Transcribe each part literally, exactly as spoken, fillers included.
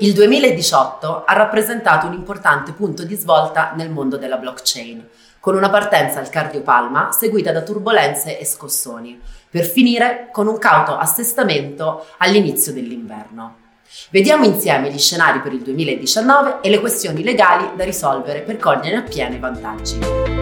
Il duemiladiciotto ha rappresentato un importante punto di svolta nel mondo della blockchain, con una partenza al cardiopalma seguita da turbolenze e scossoni, per finire con un cauto assestamento all'inizio dell'inverno. Vediamo insieme gli scenari per il duemiladiciannove e le questioni legali da risolvere per cogliere appieno i vantaggi.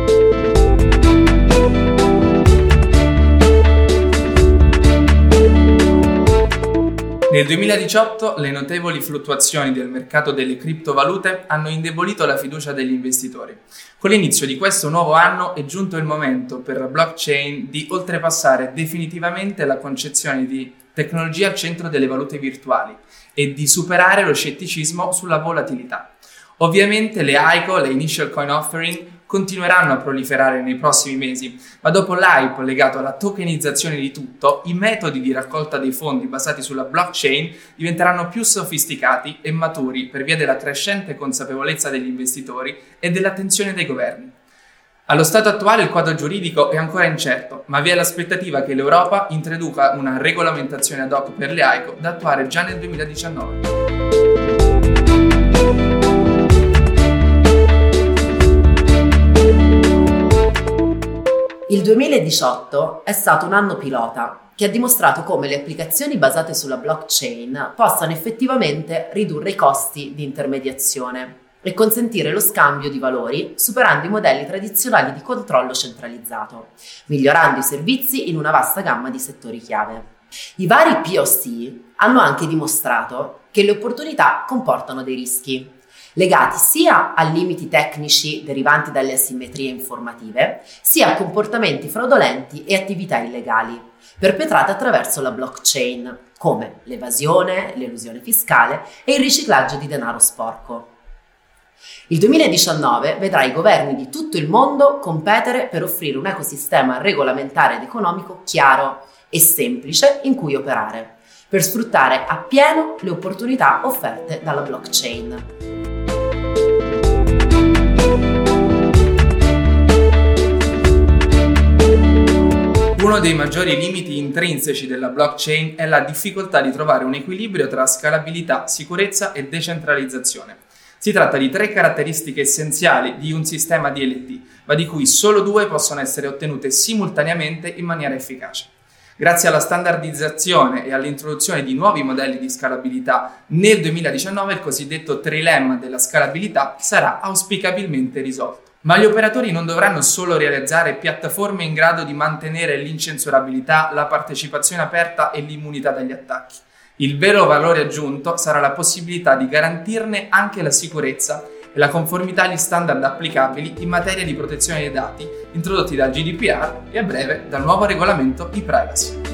Nel duemiladiciotto le notevoli fluttuazioni del mercato delle criptovalute hanno indebolito la fiducia degli investitori. Con l'inizio di questo nuovo anno è giunto il momento per la blockchain di oltrepassare definitivamente la concezione di tecnologia al centro delle valute virtuali e di superare lo scetticismo sulla volatilità. Ovviamente le I C O, le Initial Coin Offering, continueranno a proliferare nei prossimi mesi, ma dopo l'hype legato alla tokenizzazione di tutto, i metodi di raccolta dei fondi basati sulla blockchain diventeranno più sofisticati e maturi per via della crescente consapevolezza degli investitori e dell'attenzione dei governi. Allo stato attuale il quadro giuridico è ancora incerto, ma vi è l'aspettativa che l'Europa introduca una regolamentazione ad hoc per le I C O da attuare già nel duemiladiciannove. Il duemiladiciotto è stato un anno pilota che ha dimostrato come le applicazioni basate sulla blockchain possano effettivamente ridurre i costi di intermediazione e consentire lo scambio di valori superando i modelli tradizionali di controllo centralizzato, migliorando i servizi in una vasta gamma di settori chiave. I vari P O C hanno anche dimostrato che le opportunità comportano dei rischi, legati sia a limiti tecnici derivanti dalle asimmetrie informative, sia a comportamenti fraudolenti e attività illegali, perpetrate attraverso la blockchain, come l'evasione, l'elusione fiscale e il riciclaggio di denaro sporco. Il duemiladiciannove vedrà i governi di tutto il mondo competere per offrire un ecosistema regolamentare ed economico chiaro e semplice in cui operare, per sfruttare appieno le opportunità offerte dalla blockchain. Uno dei maggiori limiti intrinseci della blockchain è la difficoltà di trovare un equilibrio tra scalabilità, sicurezza e decentralizzazione. Si tratta di tre caratteristiche essenziali di un sistema D L T, ma di cui solo due possono essere ottenute simultaneamente in maniera efficace. Grazie alla standardizzazione e all'introduzione di nuovi modelli di scalabilità, nel duemiladiciannove il cosiddetto trilemma della scalabilità sarà auspicabilmente risolto. Ma gli operatori non dovranno solo realizzare piattaforme in grado di mantenere l'incensurabilità, la partecipazione aperta e l'immunità dagli attacchi. Il vero valore aggiunto sarà la possibilità di garantirne anche la sicurezza e la conformità agli standard applicabili in materia di protezione dei dati introdotti dal G D P R e a breve dal nuovo regolamento e-privacy.